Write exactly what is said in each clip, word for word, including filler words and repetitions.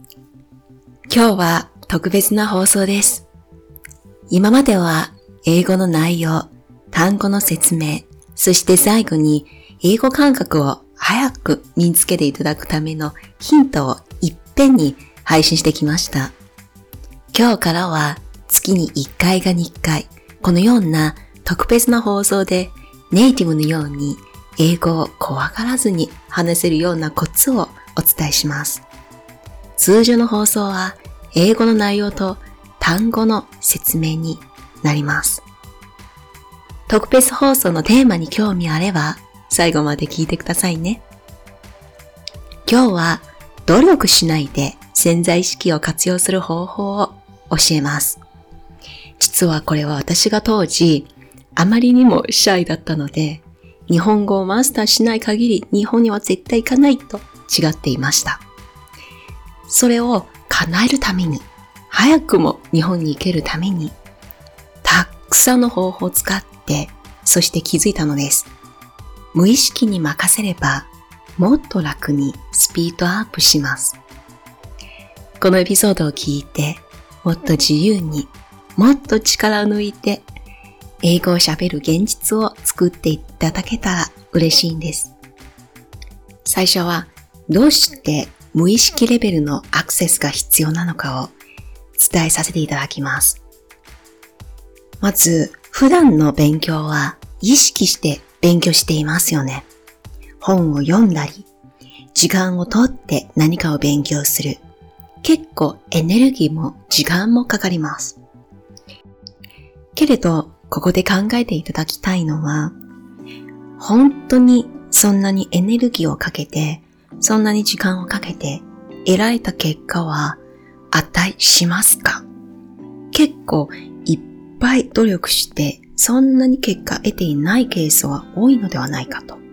今日は特別な放送です。今までは英語の内容、単語の説明、そして最後に英語感覚を早く身につけていただくためのヒントをいっぺんに配信してきました。今日からは月にいっかいかにかい、このような特別な放送でネイティブのように英語を怖がらずに話せるようなコツをお伝えします。通常の放送は英語の内容と単語の説明になります。特別放送のテーマに興味あれば最後まで聞いてくださいね。今日は努力しないで潜在意識を活用する方法を教えます。実はこれは私が当時あまりにもシャイだったので、日本語をマスターしない限り日本には絶対行かないと違っていました。それを叶えるために、早くも日本に行けるために、たくさんの方法を使って、そして気づいたのです。無意識に任せれば、もっと楽にスピードアップします。このエピソードを聞いて、もっと自由に、もっと力を抜いて、英語を喋る現実を作っていただけたら嬉しいんです。最初は、どうして無意識レベルのアクセスが必要なのかを伝えさせていただきます。まず、普段の勉強は意識して勉強していますよね。本を読んだり、時間をとって何かを勉強する。結構エネルギーも時間もかかります。けれど、ここで考えていただきたいのは、本当にそんなにエネルギーをかけて、そんなに時間をかけて得られた結果は値しますか？結構いっぱい努力してそんなに結果得ていないケースは多いのではないかと。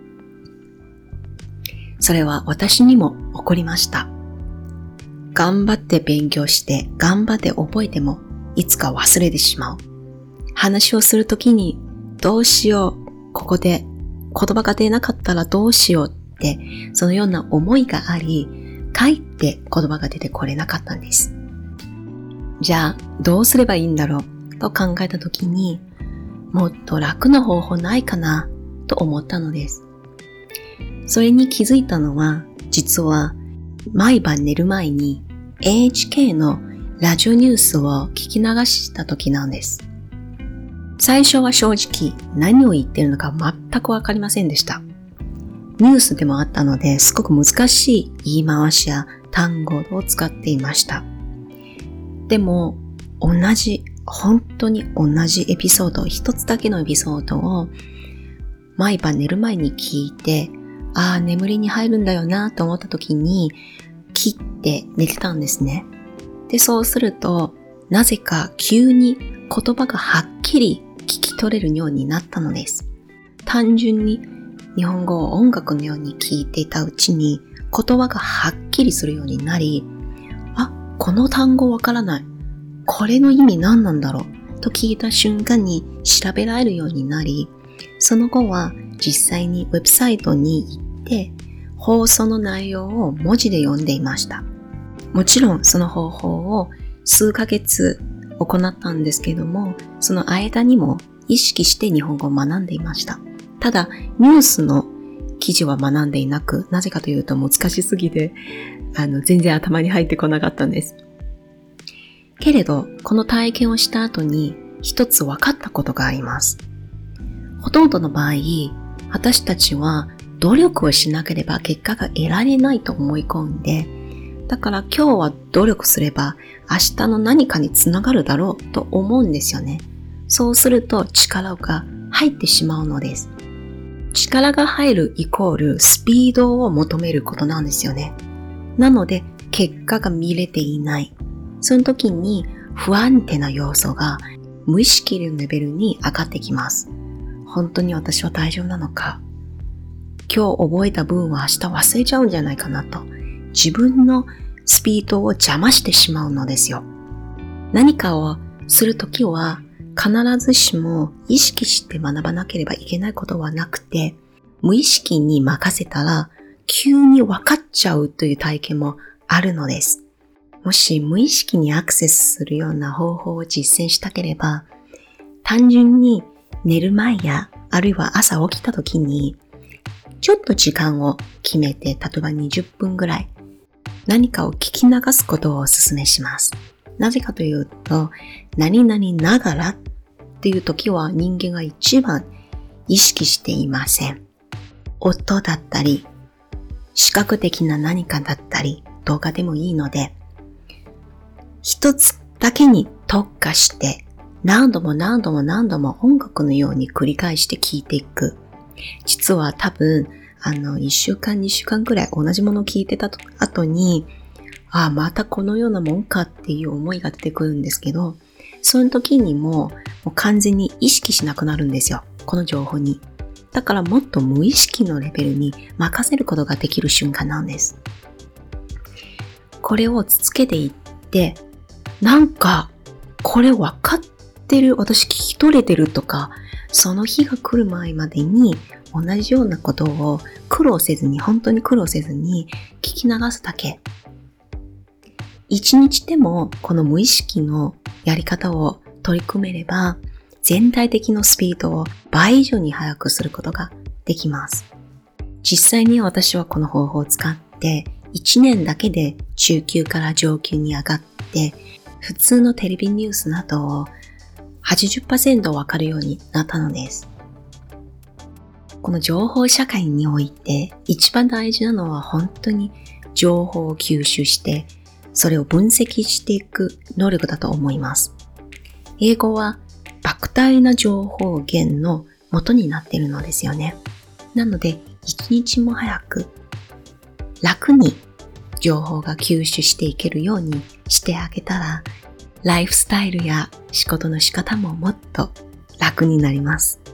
それは私にも起こりました。頑張って勉強して頑張って覚えてもいつか忘れてしまう。話をするときにどうしよう、ここで言葉が出なかったらどうしようで、そのような思いがあり、かえって言葉が出てこれなかったんです。じゃあ、どうすればいいんだろうと考えたときに、もっと楽な方法ないかなと思ったのです。それに気づいたのは、実は毎晩寝る前に エヌエイチケー のラジオニュースを聞き流したときなんです。最初は正直何を言っているのか全くわかりませんでした。ニュースでもあったので、すごく難しい言い回しや単語を使っていました。でも、同じ、本当に同じエピソード、一つだけのエピソードを毎晩寝る前に聞いて、ああ、眠りに入るんだよなと思った時に切って寝てたんですね。で、そうすると、なぜか急に言葉がはっきり聞き取れるようになったのです。単純に日本語を音楽のように聞いていたうちに言葉がはっきりするようになり、あ、この単語わからない。これの意味何なんだろうと聞いた瞬間に調べられるようになり、その後は実際にウェブサイトに行って放送の内容を文字で読んでいました。もちろんその方法を数ヶ月行ったんですけども、その間にも意識して日本語を学んでいました。ただ、ニュースの記事は学んでいなく、なぜかというと難しすぎて、あの、全然頭に入ってこなかったんです。けれど、この体験をした後に一つ分かったことがあります。ほとんどの場合、私たちは努力をしなければ結果が得られないと思い込んで、だから今日は努力すれば明日の何かにつながるだろうと思うんですよね。そうすると力が入ってしまうのです。力が入るイコールスピードを求めることなんですよね。なので結果が見れていない。その時に不安定な要素が無意識のレベルに上がってきます。本当に私は大丈夫なのか？今日覚えた分は明日忘れちゃうんじゃないかなと、自分のスピードを邪魔してしまうのですよ。何かをするときは必ずしも意識して学ばなければいけないことはなくて、無意識に任せたら急に分かっちゃうという体験もあるのです。 もし無意識にアクセスするような方法を実践したければ、単純に寝る前やあるいは朝起きた時にちょっと時間を決めて、例えばにじゅっぷんぐらい何かを聞き流すことをお勧めします。なぜかというと、何々ながらっていう時は人間が一番意識していません。音だったり、視覚的な何かだったり、動画でもいいので、一つだけに特化して何度も何度も何度も音楽のように繰り返して聴いていく。実は多分、あの、一週間、二週間くらい同じものを聴いてた後に、ああ、またこのようなもんかっていう思いが出てくるんですけど、その時にも、もう完全に意識しなくなるんですよ。この情報に。だからもっと無意識のレベルに任せることができる瞬間なんです。これを続けていって、なんか、これ分かってる、私聞き取れてるとか、その日が来る前までに同じようなことを苦労せずに、本当に苦労せずに聞き流すだけ。一日でもこの無意識のやり方を取り組めれば、全体的なスピードを倍以上に速くすることができます。実際に私はこの方法を使っていちねんだけで中級から上級に上がって、普通のテレビニュースなどを はちじゅっパーセント わかるようになったのです。この情報社会において一番大事なのは本当に情報を吸収してそれを分析していく能力だと思います。英語は莫大な情報源の元になっているのですよね。なので一日も早く楽に情報が吸収していけるようにしてあげたら、ライフスタイルや仕事の仕方ももっと楽になります。